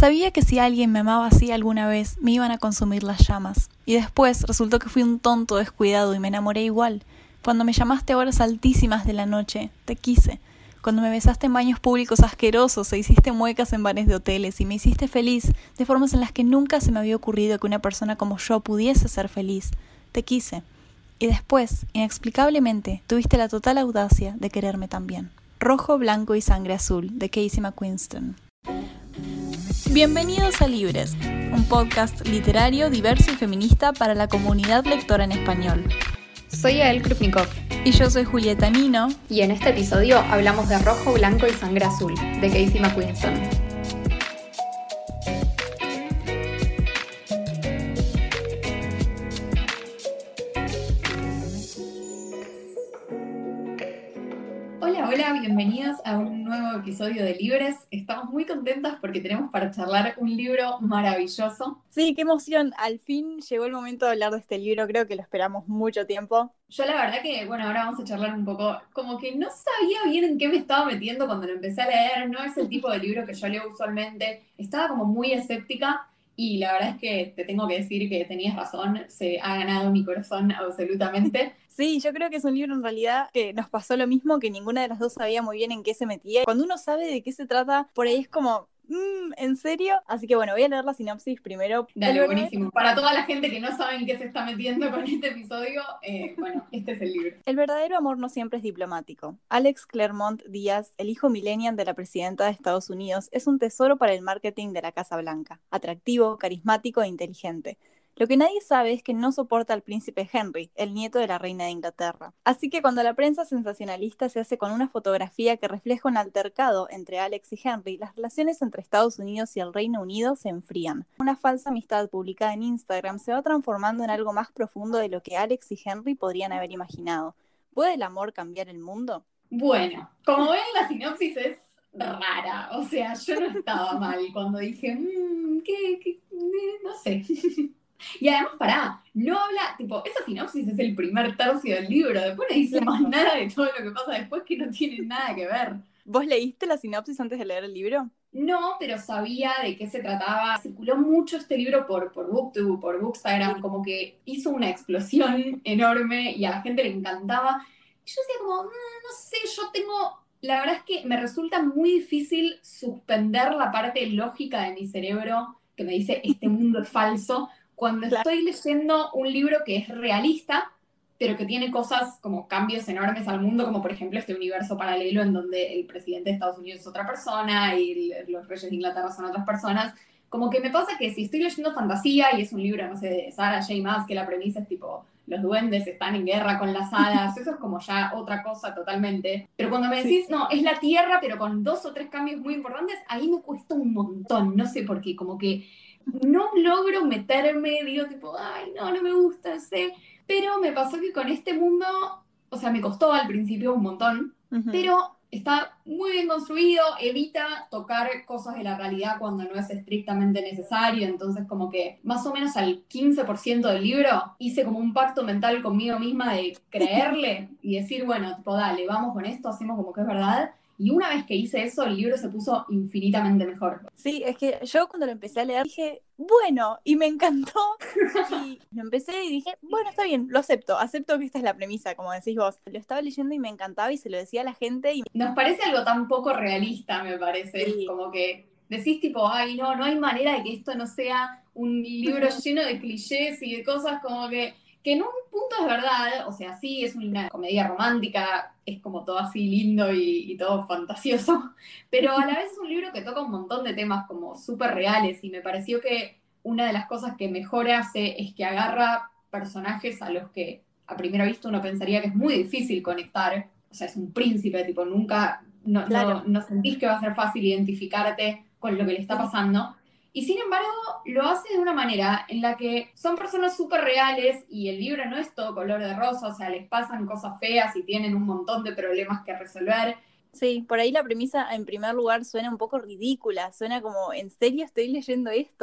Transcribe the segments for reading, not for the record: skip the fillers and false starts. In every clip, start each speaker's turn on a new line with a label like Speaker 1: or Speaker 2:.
Speaker 1: Sabía que si alguien me amaba así alguna vez, me iban a consumir las llamas. Y después resultó que fui un tonto descuidado y me enamoré igual. Cuando me llamaste a horas altísimas de la noche, te quise. Cuando me besaste en baños públicos asquerosos e hiciste muecas en bares de hoteles y me hiciste feliz de formas en las que nunca se me había ocurrido que una persona como yo pudiese ser feliz, te quise. Y después, inexplicablemente, tuviste la total audacia de quererme también. Rojo, Blanco y Sangre Azul, de Casey McQuiston. Bienvenidos a Libres, un podcast literario, diverso y feminista para la comunidad lectora en español.
Speaker 2: Soy Ael Krupnikov.
Speaker 1: Y yo soy Julieta Nino.
Speaker 2: Y en este episodio hablamos de Rojo, Blanco y Sangre Azul, de Casey McQuiston. Hola, bienvenidos a un nuevo episodio de Libres. Estamos muy contentas porque tenemos para charlar un libro maravilloso.
Speaker 1: Sí, qué emoción. Al fin llegó el momento de hablar de este libro. Creo que lo esperamos mucho tiempo.
Speaker 2: Yo la verdad que, ahora vamos a charlar un poco. Como que no sabía bien en qué me estaba metiendo cuando lo empecé a leer. No es el tipo de libro que yo leo usualmente. Estaba como muy escéptica. Y la verdad es que te tengo que decir que tenías razón, se ha ganado mi corazón absolutamente.
Speaker 1: Sí, yo creo que es un libro en realidad que nos pasó lo mismo, que ninguna de las dos sabía muy bien en qué se metía. Cuando uno sabe de qué se trata, por ahí es como, ¿en serio? Así que bueno, voy a leer la sinopsis primero.
Speaker 2: Dale, buenísimo. Para toda la gente que no sabe en qué se está metiendo con este episodio, este es el libro.
Speaker 1: El verdadero amor no siempre es diplomático. Alex Claremont Díaz, el hijo millennial de la presidenta de Estados Unidos, es un tesoro para el marketing de la Casa Blanca. Atractivo, carismático e inteligente. Lo que nadie sabe es que no soporta al príncipe Henry, el nieto de la reina de Inglaterra. Así que cuando la prensa sensacionalista se hace con una fotografía que refleja un altercado entre Alex y Henry, las relaciones entre Estados Unidos y el Reino Unido se enfrían. Una falsa amistad publicada en Instagram se va transformando en algo más profundo de lo que Alex y Henry podrían haber imaginado. ¿Puede el amor cambiar el mundo?
Speaker 2: Bueno, como ven, la sinopsis es rara. O sea, yo no estaba mal cuando dije, no sé. Y además, no habla, esa sinopsis es el primer tercio del libro, después no dice más nada de todo lo que pasa después que no tiene nada que ver.
Speaker 1: ¿Vos leíste la sinopsis antes de leer el libro?
Speaker 2: No, pero sabía de qué se trataba. Circuló mucho este libro por BookTube, por Bookstagram, como que hizo una explosión enorme y a la gente le encantaba. Y yo decía como, no sé, la verdad es que me resulta muy difícil suspender la parte lógica de mi cerebro que me dice, este mundo es falso, cuando estoy leyendo un libro que es realista, pero que tiene cosas como cambios enormes al mundo, como por ejemplo este universo paralelo en donde el presidente de Estados Unidos es otra persona y los reyes de Inglaterra son otras personas. Como que me pasa que si estoy leyendo fantasía y es un libro, no sé, de Sarah J. Maas, que la premisa es tipo, los duendes están en guerra con las hadas, eso es como ya otra cosa totalmente. Pero cuando me decís, no, es la Tierra, pero con 2 o 3 cambios muy importantes, ahí me cuesta un montón, no sé por qué, como que no logro meterme, digo tipo, ay, no me gusta, sé. Pero me pasó que con este mundo, o sea, me costó al principio un montón, pero está muy bien construido, evita tocar cosas de la realidad cuando no es estrictamente necesario, entonces como que más o menos al 15% del libro hice como un pacto mental conmigo misma de creerle y decir, bueno, tipo, dale, vamos con esto, hacemos como que es verdad. Y una vez que hice eso, el libro se puso infinitamente mejor.
Speaker 1: Sí, es que yo cuando lo empecé a leer dije, bueno, y me encantó. Y lo empecé y dije, bueno, está bien, lo acepto que esta es la premisa, como decís vos. Lo estaba leyendo y me encantaba y se lo decía a la gente.
Speaker 2: Nos parece algo tan poco realista, me parece.
Speaker 1: Sí.
Speaker 2: Como que decís tipo, ay, no hay manera de que esto no sea un libro lleno de clichés y de cosas como que en un punto es verdad, o sea, sí, es una comedia romántica, es como todo así lindo y todo fantasioso, pero a la vez es un libro que toca un montón de temas como súper reales y me pareció que una de las cosas que mejor hace es que agarra personajes a los que a primera vista uno pensaría que es muy difícil conectar, o sea, es un príncipe, tipo, nunca, no sentís que va a ser fácil identificarte con lo que le está pasando. Y sin embargo, lo hace de una manera en la que son personas súper reales y el libro no es todo color de rosa, o sea, les pasan cosas feas y tienen un montón de problemas que resolver.
Speaker 1: Sí, por ahí la premisa en primer lugar suena un poco ridícula, suena como, ¿en serio estoy leyendo esto?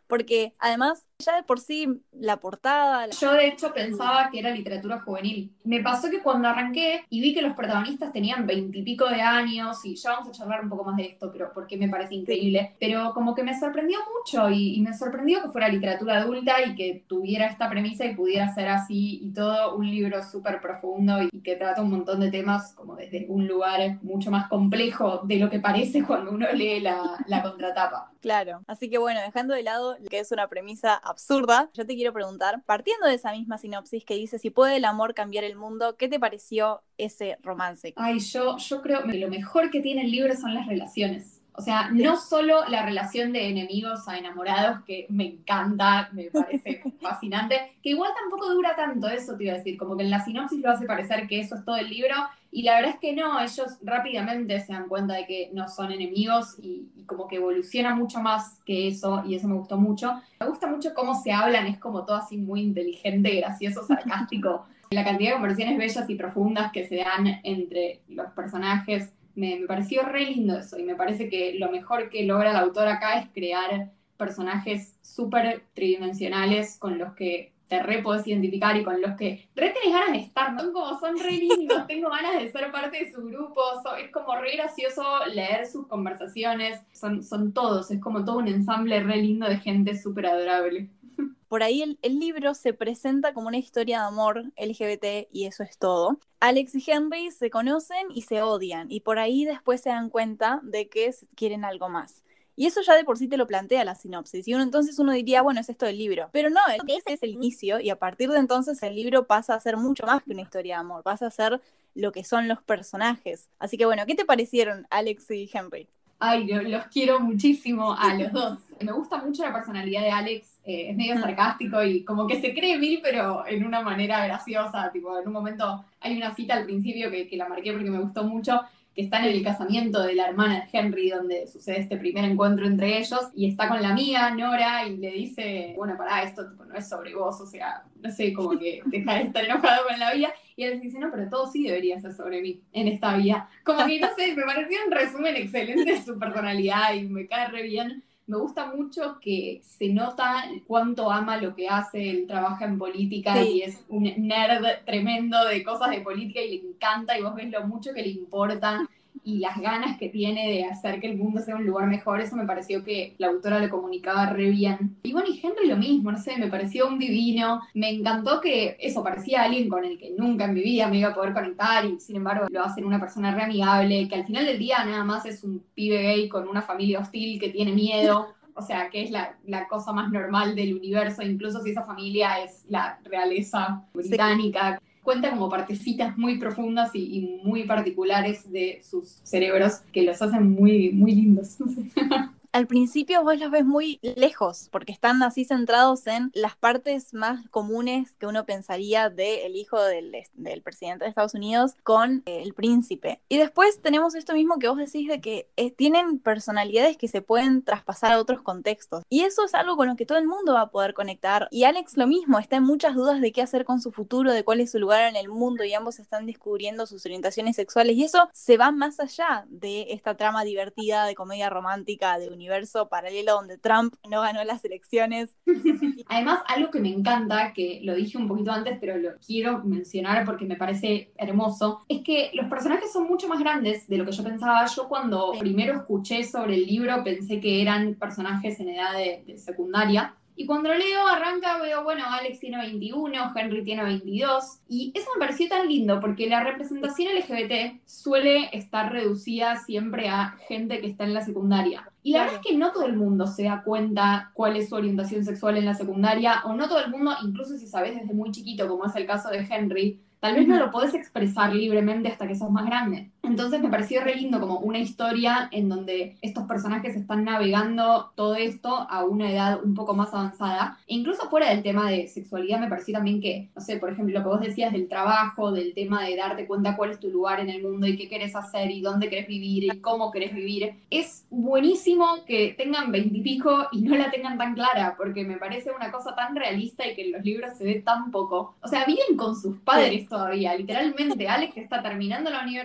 Speaker 1: porque además ya de por sí la portada...
Speaker 2: Yo de hecho pensaba que era literatura juvenil. Me pasó que cuando arranqué y vi que los protagonistas tenían 20 y pico de años, y ya vamos a charlar un poco más de esto, pero porque me parece increíble, pero como que me sorprendió mucho y me sorprendió que fuera literatura adulta y que tuviera esta premisa y pudiera ser así y todo un libro súper profundo y que trata un montón de temas como desde un lugar mucho más complejo de lo que parece cuando uno lee la contratapa.
Speaker 1: Claro, así que bueno, dejando de lado lo que es una premisa absurda, yo te quiero preguntar, partiendo de esa misma sinopsis que dice si puede el amor cambiar el mundo, ¿qué te pareció ese romance?
Speaker 2: Ay, yo creo que lo mejor que tiene el libro son las relaciones. O sea, no solo la relación de enemigos a enamorados, que me encanta, me parece fascinante, que igual tampoco dura tanto, eso te iba a decir, como que en la sinopsis lo hace parecer que eso es todo el libro, y la verdad es que no, ellos rápidamente se dan cuenta de que no son enemigos y como que evoluciona mucho más que eso, y eso me gustó mucho. Me gusta mucho cómo se hablan, es como todo así muy inteligente, gracioso, sarcástico. La cantidad de conversaciones bellas y profundas que se dan entre los personajes, me pareció re lindo eso, y me parece que lo mejor que logra el autor acá es crear personajes súper tridimensionales con los que te re podés identificar y con los que re tenés ganas de estar, ¿no? Son re lindos, tengo ganas de ser parte de su grupo, es como re gracioso leer sus conversaciones, son todos, es como todo un ensamble re lindo de gente súper adorable.
Speaker 1: Por ahí el libro se presenta como una historia de amor LGBT y eso es todo. Alex y Henry se conocen y se odian y por ahí después se dan cuenta de que quieren algo más. Y eso ya de por sí te lo plantea la sinopsis. Y entonces uno diría, bueno, es esto del libro. Pero no, ese es el inicio y a partir de entonces el libro pasa a ser mucho más que una historia de amor. Pasa a ser lo que son los personajes. Así que bueno, ¿qué te parecieron Alex y Henry?
Speaker 2: Ay, los quiero muchísimo a los dos. Me gusta mucho la personalidad de Alex, es medio sarcástico y como que se cree mil, pero en una manera graciosa. Tipo, en un momento hay una cita al principio que la marqué porque me gustó mucho, que está en el casamiento de la hermana de Henry, donde sucede este primer encuentro entre ellos, y está con la amiga, Nora, y le dice, bueno, pará, esto tipo, no es sobre vos, o sea, no sé, como que deja de estar enojado con la vida, y él dice, no, pero todo sí debería ser sobre mí en esta vida. Como que, no sé, me pareció un resumen excelente de su personalidad y me cae re bien. Me gusta mucho que se nota cuánto ama lo que hace, él trabaja en política y es un nerd tremendo de cosas de política y le encanta y vos ves lo mucho que le importa y las ganas que tiene de hacer que el mundo sea un lugar mejor. Eso me pareció que la autora lo comunicaba re bien. Y bueno, y Henry lo mismo, no sé, me pareció un divino. Me encantó que eso, parecía alguien con el que nunca en mi vida me iba a poder conectar y sin embargo lo hacen una persona re amigable, que al final del día nada más es un pibe gay con una familia hostil que tiene miedo. O sea, que es la cosa más normal del universo, incluso si esa familia es la realeza británica. Sí. Cuenta como partecitas muy profundas y muy particulares de sus cerebros que los hacen muy, muy lindos. No sé.
Speaker 1: Al principio vos los ves muy lejos, porque están así centrados en las partes más comunes que uno pensaría del hijo del presidente de Estados Unidos con el príncipe. Y después tenemos esto mismo que vos decís de que tienen personalidades que se pueden traspasar a otros contextos. Y eso es algo con lo que todo el mundo va a poder conectar. Y Alex lo mismo, está en muchas dudas de qué hacer con su futuro, de cuál es su lugar en el mundo, y ambos están descubriendo sus orientaciones sexuales. Y eso se va más allá de esta trama divertida de comedia romántica de universo paralelo donde Trump no ganó las elecciones.
Speaker 2: Además, algo que me encanta, que lo dije un poquito antes, pero lo quiero mencionar porque me parece hermoso, es que los personajes son mucho más grandes de lo que yo pensaba. Yo cuando primero escuché sobre el libro pensé que eran personajes en edad de secundaria. Y cuando lo leo, arranca, veo, bueno, Alex tiene 21, Henry tiene 22, y eso me pareció tan lindo, porque la representación LGBT suele estar reducida siempre a gente que está en la secundaria. Y la verdad es que no todo el mundo se da cuenta cuál es su orientación sexual en la secundaria, o no todo el mundo, incluso si sabes desde muy chiquito, como es el caso de Henry, tal vez no lo podés expresar libremente hasta que sos más grande. Entonces me pareció re lindo como una historia en donde estos personajes están navegando todo esto a una edad un poco más avanzada. E incluso fuera del tema de sexualidad me pareció también que, no sé, por ejemplo, lo que vos decías del trabajo, del tema de darte cuenta cuál es tu lugar en el mundo y qué querés hacer y dónde querés vivir y cómo querés vivir. Es buenísimo que tengan 20 y pico y no la tengan tan clara, porque me parece una cosa tan realista y que en los libros se ve tan poco. O sea, viven con sus padres todavía, literalmente. Alex está terminando la universidad y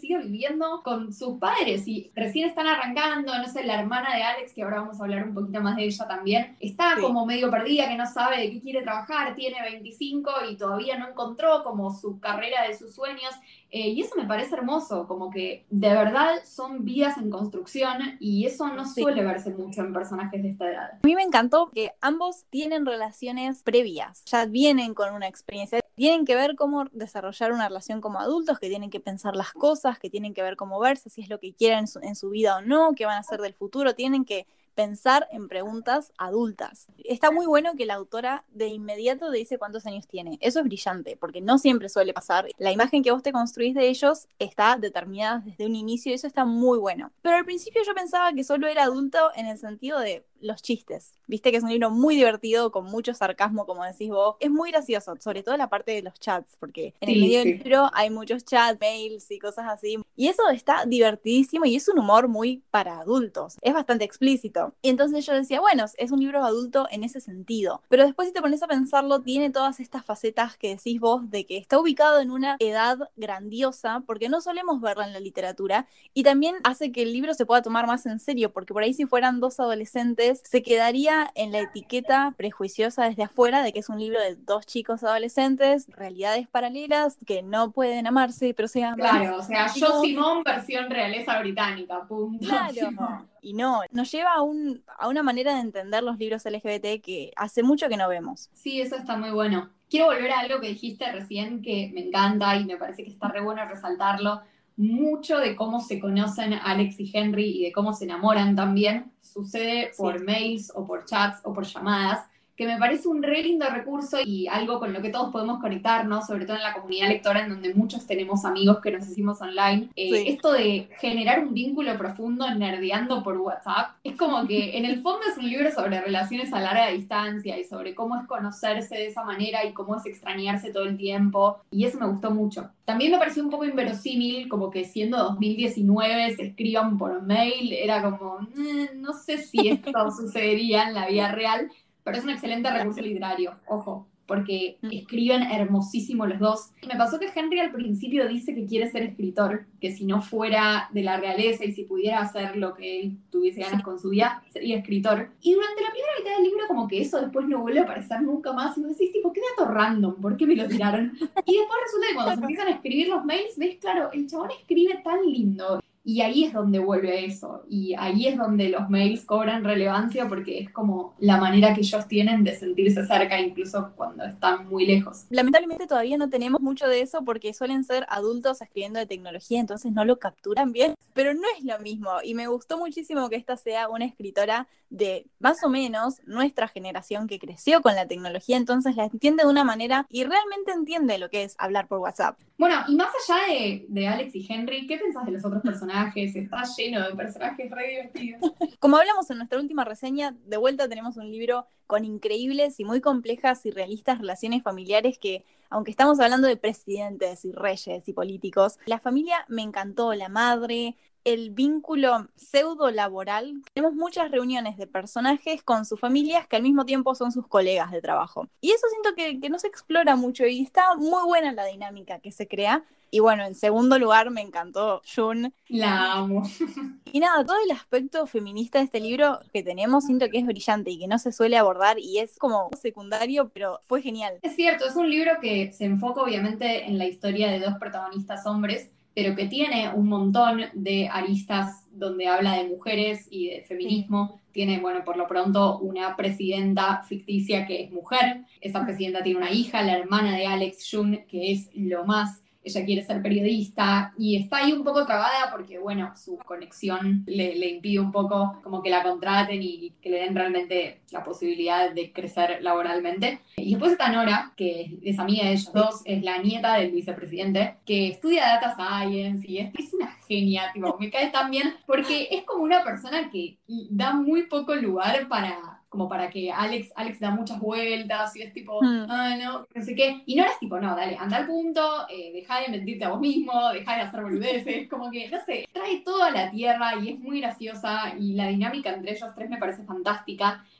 Speaker 2: sigue viviendo con sus padres y recién están arrancando, no sé, la hermana de Alex, que ahora vamos a hablar un poquito más de ella también, está como medio perdida, que no sabe de qué quiere trabajar, tiene 25 y todavía no encontró como su carrera de sus sueños. Y eso me parece hermoso, como que de verdad son vidas en construcción y eso no suele verse mucho en personajes de esta edad.
Speaker 1: A mí me encantó que ambos tienen relaciones previas, ya vienen con una experiencia, tienen que ver cómo desarrollar una relación como adultos, que tienen que pensar las cosas, que tienen que ver cómo verse, si es lo que quieren en su vida o no, qué van a hacer del futuro, tienen que pensar en preguntas adultas. Está muy bueno que la autora de inmediato te dice cuántos años tiene. Eso es brillante, porque no siempre suele pasar. La imagen que vos te construís de ellos está determinada desde un inicio y eso está muy bueno. Pero al principio yo pensaba que solo era adulto en el sentido de los chistes. Viste que es un libro muy divertido, con mucho sarcasmo, como decís vos. Es muy gracioso, sobre todo la parte de los chats, porque en el medio del libro hay muchos chats, mails y cosas así. Y eso está divertidísimo y es un humor muy para adultos. Es bastante explícito. Y entonces yo decía, bueno, es un libro adulto en ese sentido. Pero después si te pones a pensarlo, tiene todas estas facetas que decís vos de que está ubicado en una edad grandiosa, porque no solemos verla en la literatura, y también hace que el libro se pueda tomar más en serio, porque por ahí si fueran dos adolescentes, se quedaría en la etiqueta prejuiciosa desde afuera de que es un libro de dos chicos adolescentes, realidades paralelas, que no pueden amarse, pero se aman.
Speaker 2: Claro, o sea, Yo Simón versión realeza británica, punto.
Speaker 1: Claro. Y no, nos lleva a una manera de entender los libros LGBT que hace mucho que no vemos.
Speaker 2: Sí, eso está muy bueno. Quiero volver a algo que dijiste recién que me encanta y me parece que está re bueno resaltarlo. Mucho de cómo se conocen Alex y Henry y de cómo se enamoran también sucede por mails o por chats o por llamadas, que me parece un re lindo recurso y algo con lo que todos podemos conectarnos, sobre todo en la comunidad lectora, en donde muchos tenemos amigos que nos hicimos online. Esto de generar un vínculo profundo nerdeando por WhatsApp, es como que en el fondo es un libro sobre relaciones a larga distancia y sobre cómo es conocerse de esa manera y cómo es extrañarse todo el tiempo, y eso me gustó mucho. También me pareció un poco inverosímil, como que siendo 2019 se escriban por mail, era como, no sé si esto sucedería en la vida real, pero es un excelente recurso literario, ojo, porque escriben hermosísimo los dos. Me pasó que Henry al principio dice que quiere ser escritor, que si no fuera de la realeza y si pudiera hacer lo que él tuviese ganas con su vida, sería escritor. Y durante la primera mitad del libro como que eso después no vuelve a aparecer nunca más y vos decís, tipo, qué dato random, ¿por qué me lo tiraron? Y después resulta que cuando se empiezan a escribir los mails, ves, claro, el chabón escribe tan lindo. Y ahí es donde vuelve eso, y ahí es donde los mails cobran relevancia porque es como la manera que ellos tienen de sentirse cerca incluso cuando están muy lejos.
Speaker 1: Lamentablemente todavía no tenemos mucho de eso porque suelen ser adultos escribiendo de tecnología, entonces no lo capturan bien, pero no es lo mismo y me gustó muchísimo que esta sea una escritora de más o menos nuestra generación que creció con la tecnología, entonces la entiende de una manera y realmente entiende lo que es hablar por WhatsApp.
Speaker 2: Bueno, y más allá de Alex y Henry, ¿qué pensás de los otros personajes? Está lleno de personajes re divertidos.
Speaker 1: Como hablamos en nuestra última reseña, de vuelta tenemos un libro con increíbles y muy complejas y realistas relaciones familiares que, aunque estamos hablando de presidentes y reyes y políticos, la familia me encantó, la madre, el vínculo pseudo laboral. Tenemos muchas reuniones de personajes con sus familias que al mismo tiempo son sus colegas de trabajo. Y eso siento que no se explora mucho y está muy buena la dinámica que se crea. Y bueno, en segundo lugar me encantó June.
Speaker 2: La amo.
Speaker 1: Y nada, todo el aspecto feminista de este libro que tenemos siento que es brillante y que no se suele abordar y es como secundario, pero fue genial.
Speaker 2: Es cierto, es un libro que se enfoca obviamente en la historia de dos protagonistas hombres, pero que tiene un montón de aristas donde habla de mujeres y de feminismo. Tiene, bueno, por lo pronto una presidenta ficticia que es mujer. Esa presidenta tiene una hija, la hermana de Alex, June, que es lo más. Ella quiere ser periodista y está ahí un poco trabada porque, bueno, su conexión le impide un poco como que la contraten y que le den realmente la posibilidad de crecer laboralmente. Y después está Nora, que es amiga de ellos dos, es la nieta del vicepresidente, que estudia Data Science y es una genia, tipo, me cae tan bien porque es como una persona que da muy poco lugar para que Alex da muchas vueltas y es tipo, ay, no sé qué. Y Nora es tipo, no, dale, anda al punto, dejá de mentirte a vos mismo, dejá de hacer boludeces, como que, no sé, trae todo a la tierra y es muy graciosa y la dinámica entre ellos tres me parece fantástica.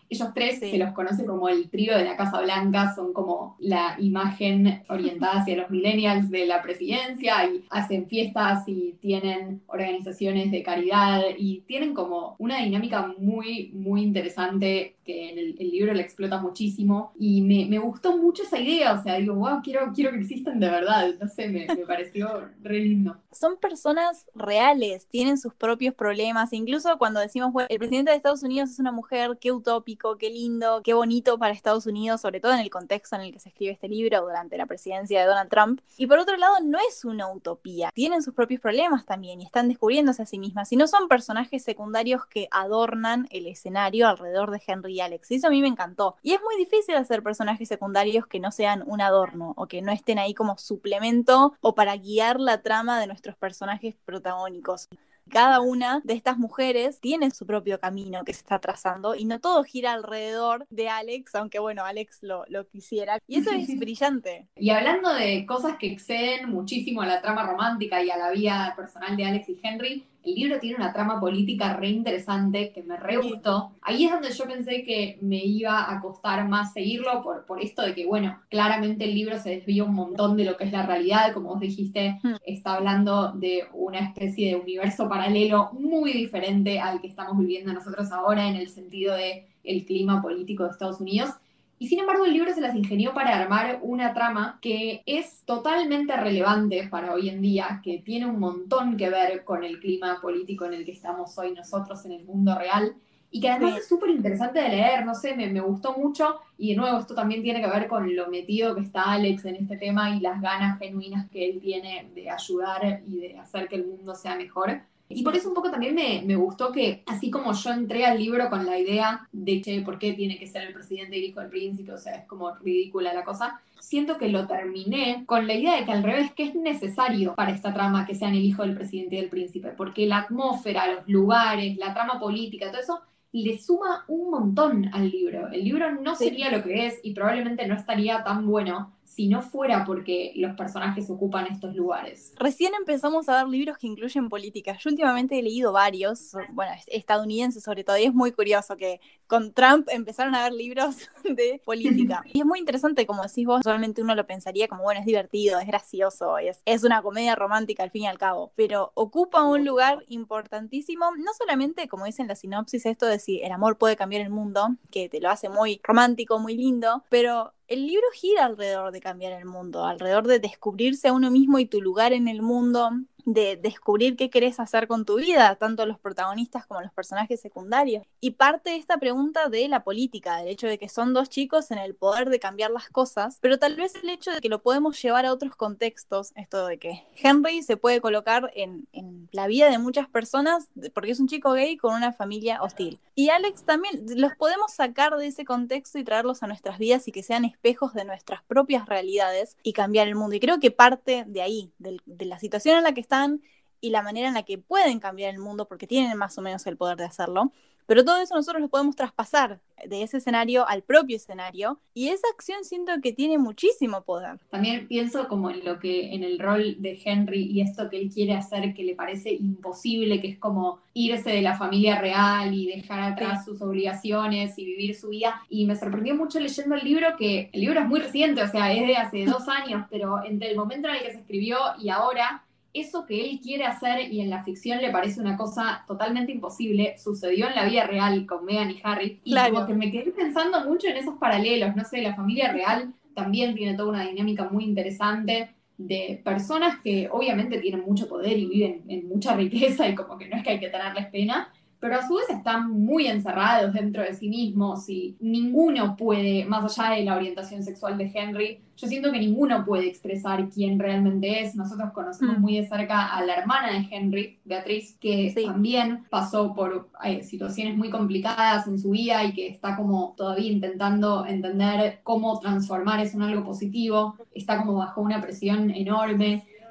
Speaker 2: Ellos tres
Speaker 1: Sí.
Speaker 2: se los conoce como el trío de la Casa Blanca, son como la imagen orientada hacia los millennials de la presidencia y hacen fiestas y tienen organizaciones de caridad y tienen como una dinámica muy, muy interesante que en el libro le explota muchísimo y me gustó mucho esa idea, o sea, digo, wow, quiero que existan de verdad, no sé, me pareció re lindo.
Speaker 1: Son personas reales, tienen sus propios problemas, incluso cuando decimos, bueno, el presidente de Estados Unidos es una mujer, qué utópico, qué lindo, qué bonito para Estados Unidos, sobre todo en el contexto en el que se escribe este libro durante la presidencia de Donald Trump. Y por otro lado, no es una utopía, tienen sus propios problemas también y están descubriéndose a sí mismas, y no son personajes secundarios que adornan el escenario alrededor de Henry y Alex. Y eso a mí me encantó. Y es muy difícil hacer personajes secundarios que no sean un adorno o que no estén ahí como suplemento o para guiar la trama de nuestros personajes protagónicos. Cada una de estas mujeres tiene su propio camino que se está trazando y no todo gira alrededor de Alex, aunque bueno, Alex lo quisiera. Y eso es brillante.
Speaker 2: Y hablando de cosas que exceden muchísimo a la trama romántica y a la vida personal de Alex y Henry, el libro tiene una trama política re interesante que me re gustó. Ahí es donde yo pensé que me iba a costar más seguirlo por esto de que, bueno, claramente el libro se desvía un montón de lo que es la realidad. Como vos dijiste, está hablando de una especie de universo paralelo muy diferente al que estamos viviendo nosotros ahora en el sentido de el clima político de Estados Unidos. Y sin embargo, el libro se las ingenió para armar una trama que es totalmente relevante para hoy en día, que tiene un montón que ver con el clima político en el que estamos hoy nosotros en el mundo real, y que además es súper interesante de leer, no sé, me gustó mucho, y de nuevo esto también tiene que ver con lo metido que está Alex en este tema y las ganas genuinas que él tiene de ayudar y de hacer que el mundo sea mejor. Y por eso un poco también me gustó que, así como yo entré al libro con la idea de que por qué tiene que ser el presidente el hijo del príncipe, o sea, es como ridícula la cosa, siento que lo terminé con la idea de que al revés, que es necesario para esta trama que sean el hijo del presidente y del príncipe, porque la atmósfera, los lugares, la trama política, todo eso le suma un montón al libro. El libro no sería lo que es y probablemente no estaría tan bueno si no fuera porque los personajes ocupan estos lugares.
Speaker 1: Recién empezamos a ver libros que incluyen política. Yo últimamente he leído varios, bueno, estadounidenses sobre todo, y es muy curioso que con Trump empezaron a ver libros de política. Y es muy interesante, como decís vos, solamente uno lo pensaría como, bueno, es divertido, es gracioso, es una comedia romántica al fin y al cabo, pero ocupa un lugar importantísimo, no solamente, como dice en la sinopsis, esto de si el amor puede cambiar el mundo, que te lo hace muy romántico, muy lindo, pero el libro gira alrededor de cambiar el mundo, alrededor de descubrirse a uno mismo y tu lugar en el mundo, de descubrir qué querés hacer con tu vida, tanto los protagonistas como los personajes secundarios. Y parte de esta pregunta de la política, del hecho de que son dos chicos en el poder de cambiar las cosas, pero tal vez el hecho de que lo podemos llevar a otros contextos, esto de que Henry se puede colocar en la vida de muchas personas porque es un chico gay con una familia hostil. Y Alex también, los podemos sacar de ese contexto y traerlos a nuestras vidas y que sean espejos de nuestras propias realidades y cambiar el mundo. Y creo que parte de ahí, de la situación en la que están y la manera en la que pueden cambiar el mundo, porque tienen más o menos el poder de hacerlo. Pero todo eso nosotros lo podemos traspasar de ese escenario al propio escenario, y esa acción siento que tiene muchísimo poder.
Speaker 2: También pienso como en lo que, en el rol de Henry y esto que él quiere hacer que le parece imposible, que es como irse de la familia real y dejar atrás sus obligaciones y vivir su vida. Y me sorprendió mucho leyendo el libro, que el libro es muy reciente, o sea, es de hace 2 años, pero entre el momento en el que se escribió y ahora, eso que él quiere hacer y en la ficción le parece una cosa totalmente imposible, sucedió en la vida real con Meghan y Harry. Y como que me quedé pensando mucho en esos paralelos, no sé, la familia real también tiene toda una dinámica muy interesante de personas que obviamente tienen mucho poder y viven en mucha riqueza y como que no es que hay que tenerles pena, pero a su vez están muy encerrados dentro de sí mismos y ninguno puede, más allá de la orientación sexual de Henry, yo siento que ninguno puede expresar quién realmente es. Nosotros conocemos muy de cerca a la hermana de Henry, Beatriz, que también pasó por situaciones muy complicadas en su vida y que está como todavía intentando entender cómo transformar eso en algo positivo, está como bajo una presión enorme.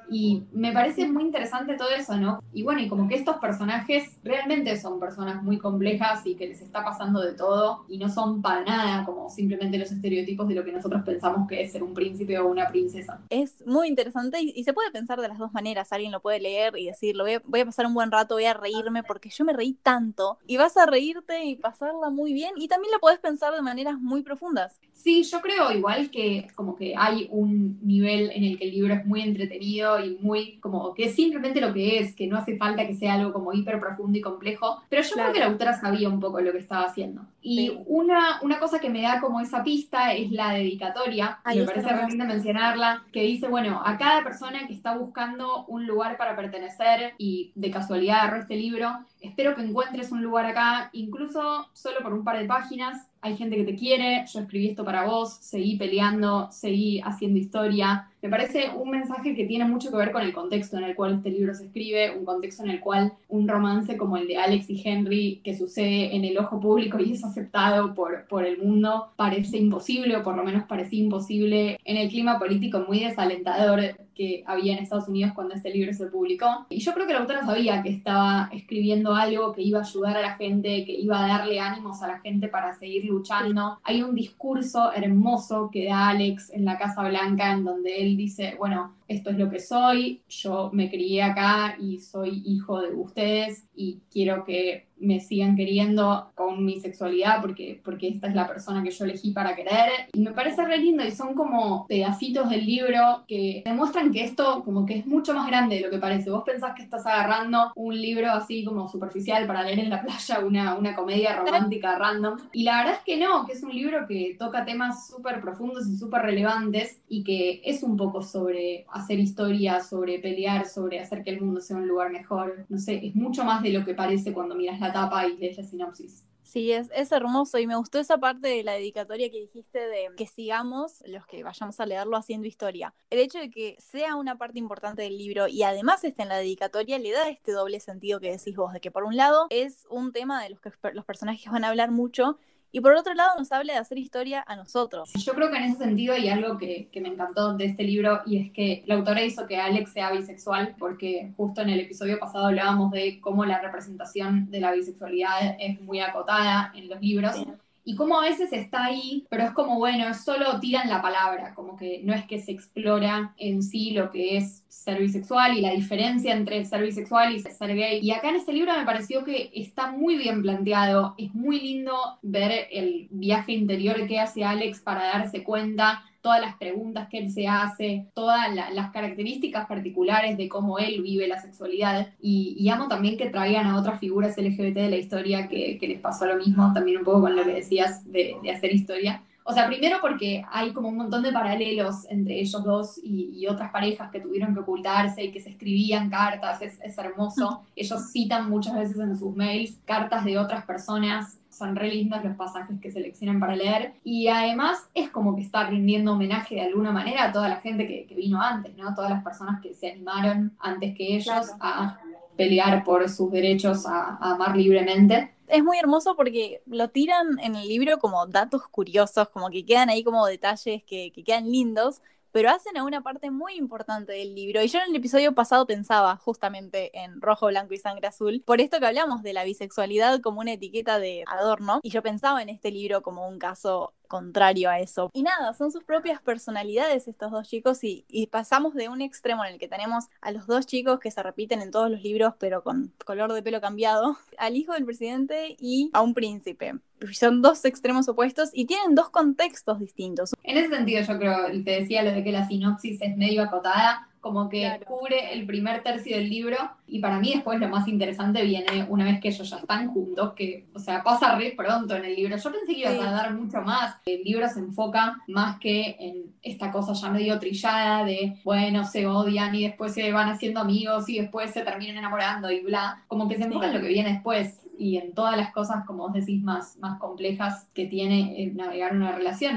Speaker 2: Y me parece muy interesante todo eso, ¿no? Y bueno, y como que estos personajes realmente son personas muy complejas y que les está pasando de todo y no son para nada como simplemente los estereotipos de lo que nosotros pensamos que es ser un príncipe o una princesa.
Speaker 1: Es muy interesante y se puede pensar de las dos maneras. Alguien lo puede leer y decir, voy a pasar un buen rato, voy a reírme porque yo me reí tanto. Y vas a reírte y pasarla muy bien. Y también lo podés pensar de maneras muy profundas.
Speaker 2: Sí, yo creo igual que como que hay un nivel en el que el libro es muy entretenido y muy como que es simplemente lo que es, que no hace falta que sea algo como hiper profundo y complejo, pero yo creo que la autora sabía un poco lo que estaba haciendo. Y
Speaker 1: Sí.
Speaker 2: una cosa que me da como esa pista es la dedicatoria,
Speaker 1: Ay,
Speaker 2: me
Speaker 1: es
Speaker 2: parece re
Speaker 1: hermoso.
Speaker 2: linda mencionarla, que dice, bueno, a cada persona que está buscando un lugar para pertenecer y de casualidad agarró este libro, espero que encuentres un lugar acá, incluso solo por un par de páginas. Hay gente que te quiere, yo escribí esto para vos, seguí peleando, seguí haciendo historia. Me parece un mensaje que tiene mucho que ver con el contexto en el cual este libro se escribe, un contexto en el cual un romance como el de Alex y Henry, que sucede en el ojo público y es aceptado por el mundo, parece imposible, o por lo menos parecía imposible en el clima político muy desalentador que había en Estados Unidos cuando este libro se publicó. Y yo creo que la autora sabía que estaba escribiendo algo que iba a ayudar a la gente, que iba a darle ánimos a la gente para seguir luchando. Hay un discurso hermoso que da Alex en la Casa Blanca en donde él dice, bueno, esto es lo que soy, yo me crié acá y soy hijo de ustedes y quiero que me sigan queriendo con mi sexualidad porque esta es la persona que yo elegí para querer. Y me parece re lindo y son como pedacitos del libro que demuestran que esto como que es mucho más grande de lo que parece. Vos pensás que estás agarrando un libro así como superficial para leer en la playa, una comedia romántica random. Y la verdad es que no, que es un libro que toca temas súper profundos y súper relevantes y que es un poco sobre hacer historia, sobre pelear, sobre hacer que el mundo sea un lugar mejor. No sé, es mucho más de lo que parece cuando miras la tapa y lees la sinopsis.
Speaker 1: Sí, es hermoso y me gustó esa parte de la dedicatoria que dijiste de que sigamos los que vayamos a leerlo haciendo historia. El hecho de que sea una parte importante del libro y además esté en la dedicatoria le da este doble sentido que decís vos, de que por un lado es un tema de los que los personajes van a hablar mucho y por otro lado nos habla de hacer historia a nosotros.
Speaker 2: Yo creo que en ese sentido hay algo que me encantó de este libro y es que la autora hizo que Alex sea bisexual porque justo en el episodio pasado hablábamos de cómo la representación de la bisexualidad es muy acotada en los libros. Sí. Y cómo a veces está ahí, pero es como, bueno, solo tiran la palabra, como que no es que se explora en sí lo que es ser bisexual y la diferencia entre ser bisexual y ser gay. Y acá en este libro me pareció que está muy bien planteado, es muy lindo ver el viaje interior que hace Alex para darse cuenta, todas las preguntas que él se hace, todas las características particulares de cómo él vive la sexualidad. Y amo también que traigan a otras figuras LGBT de la historia que les pasó lo mismo, también un poco con lo que decías de hacer historia. O sea, primero porque hay como un montón de paralelos entre ellos dos y otras parejas que tuvieron que ocultarse y que se escribían cartas, es hermoso. Ellos citan muchas veces en sus mails cartas de otras personas, son re lindos los pasajes que seleccionan para leer. Y además es como que está rindiendo homenaje de alguna manera a toda la gente que vino antes, ¿no? Todas las personas que se animaron antes que ellos a pelear por sus derechos a amar libremente.
Speaker 1: Es muy hermoso porque lo tiran en el libro como datos curiosos, como que quedan ahí como detalles que quedan lindos, pero hacen a una parte muy importante del libro. Y yo en el episodio pasado pensaba justamente en Rojo, Blanco y Sangre Azul, por esto que hablamos de la bisexualidad como una etiqueta de adorno, y yo pensaba en este libro como un caso contrario a eso. Y nada, son sus propias personalidades estos dos chicos y pasamos de un extremo en el que tenemos a los dos chicos que se repiten en todos los libros pero con color de pelo cambiado, al hijo del presidente y a un príncipe. Son dos extremos opuestos y tienen dos contextos distintos.
Speaker 2: En ese sentido yo creo, te decía lo de que la sinopsis es medio acotada, como que
Speaker 1: Claro.
Speaker 2: cubre el primer tercio del libro y para mí después lo más interesante viene una vez que ellos ya están juntos, que, o sea, pasa re pronto en el libro. Yo pensé que iba a tardar mucho más. El libro se enfoca más que en esta cosa ya medio trillada de, bueno, se odian y después se van haciendo amigos y después se terminan enamorando y bla. Como que se enfoca en lo que viene después y en todas las cosas, como vos decís, más complejas que tiene navegar una relación.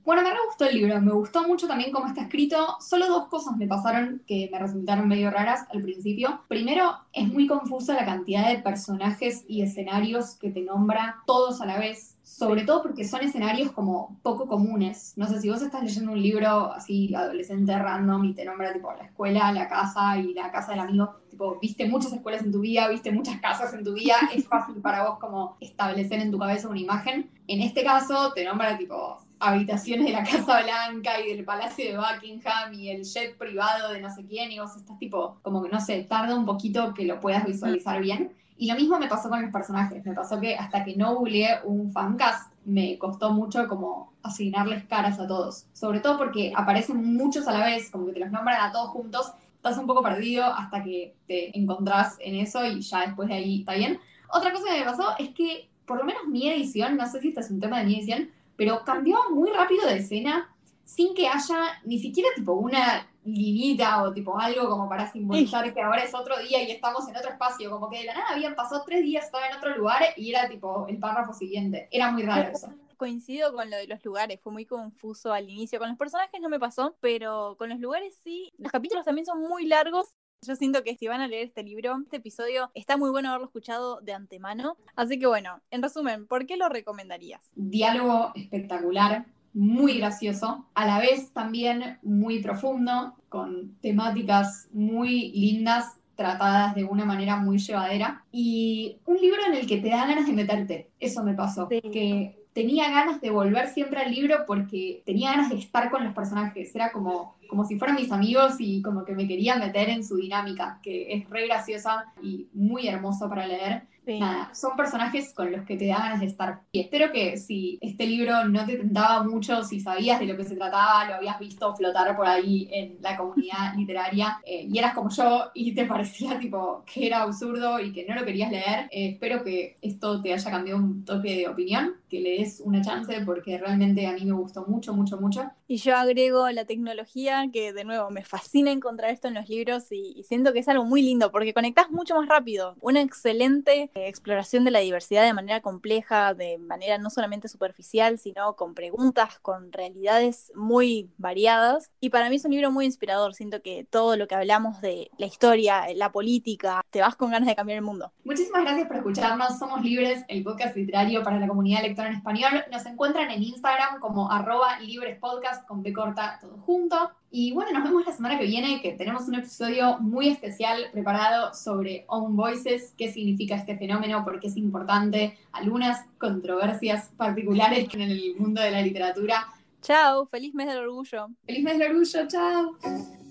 Speaker 2: Bueno, me re gustó el libro, me gustó mucho también cómo está escrito. Solo dos cosas me pasaron que me resultaron medio raras al principio. Primero, es muy confusa la cantidad de personajes y escenarios que te nombra todos a la vez. Sobre todo porque son escenarios como poco comunes. No sé, si vos estás leyendo un libro así adolescente random y te nombra tipo la escuela, la casa y la casa del amigo, tipo, viste muchas escuelas en tu vida, viste muchas casas en tu vida, es fácil para vos como establecer en tu cabeza una imagen. En este caso te nombra tipo habitaciones de la Casa Blanca y del Palacio de Buckingham y el jet privado de no sé quién, y vos estás tipo, como que no sé, tarda un poquito que lo puedas visualizar bien. Y lo mismo me pasó con los personajes, me pasó que hasta que no googleé un fancast me costó mucho como asignarles caras a todos, sobre todo porque aparecen muchos a la vez, como que te los nombran a todos juntos, estás un poco perdido hasta que te encontrás en eso y ya después de ahí está bien. Otra cosa que me pasó es que, por lo menos mi edición, no sé si este es un tema de mi edición, pero cambió muy rápido de escena sin que haya ni siquiera tipo una linita o tipo algo como para simbolizar que ahora es otro día y estamos en otro espacio, como que de la nada habían pasado 3 días, estaba en otro lugar y era tipo el párrafo siguiente. Era muy raro eso.
Speaker 1: Coincido con lo de los lugares, fue muy confuso al inicio. Con los personajes no me pasó, pero con los lugares sí. Los capítulos también son muy largos. Yo siento que si van a leer este libro, este episodio, está muy bueno haberlo escuchado de antemano. Así que bueno, en resumen, ¿por qué lo recomendarías?
Speaker 2: Diálogo espectacular, muy gracioso, a la vez también muy profundo, con temáticas muy lindas tratadas de una manera muy llevadera, y un libro en el que te da ganas de meterte. Eso me pasó,
Speaker 1: Sí.
Speaker 2: que tenía ganas de volver siempre al libro porque tenía ganas de estar con los personajes, era como si fueran mis amigos y como que me quería meter en su dinámica, que es re graciosa y muy hermoso para leer.
Speaker 1: Sí.
Speaker 2: Nada, son personajes con los que te da ganas de estar. Y espero que si este libro no te tentaba mucho, si sabías de lo que se trataba, lo habías visto flotar por ahí en la comunidad literaria, y eras como yo y te parecía tipo que era absurdo y que no lo querías leer, espero que esto te haya cambiado un toque de opinión, que le des una chance porque realmente a mí me gustó mucho, mucho, mucho.
Speaker 1: Y yo agrego la tecnología, que de nuevo me fascina encontrar esto en los libros y siento que es algo muy lindo porque conectás mucho más rápido. Una excelente exploración de la diversidad de manera compleja, de manera no solamente superficial, sino con preguntas, con realidades muy variadas. Y para mí es un libro muy inspirador. Siento que todo lo que hablamos de la historia, la política, te vas con ganas de cambiar el mundo.
Speaker 2: Muchísimas gracias por escucharnos. Somos Libres, el podcast literario para la comunidad lectora en español. Nos encuentran en Instagram como @librespodcast con B corta, todo junto. Y bueno, nos vemos la semana que viene, que tenemos un episodio muy especial preparado sobre Own Voices, qué significa este fenómeno, por qué es importante, algunas controversias particulares en el mundo de la literatura.
Speaker 1: Chao, feliz mes del orgullo.
Speaker 2: ¡Feliz mes del orgullo! ¡Chao!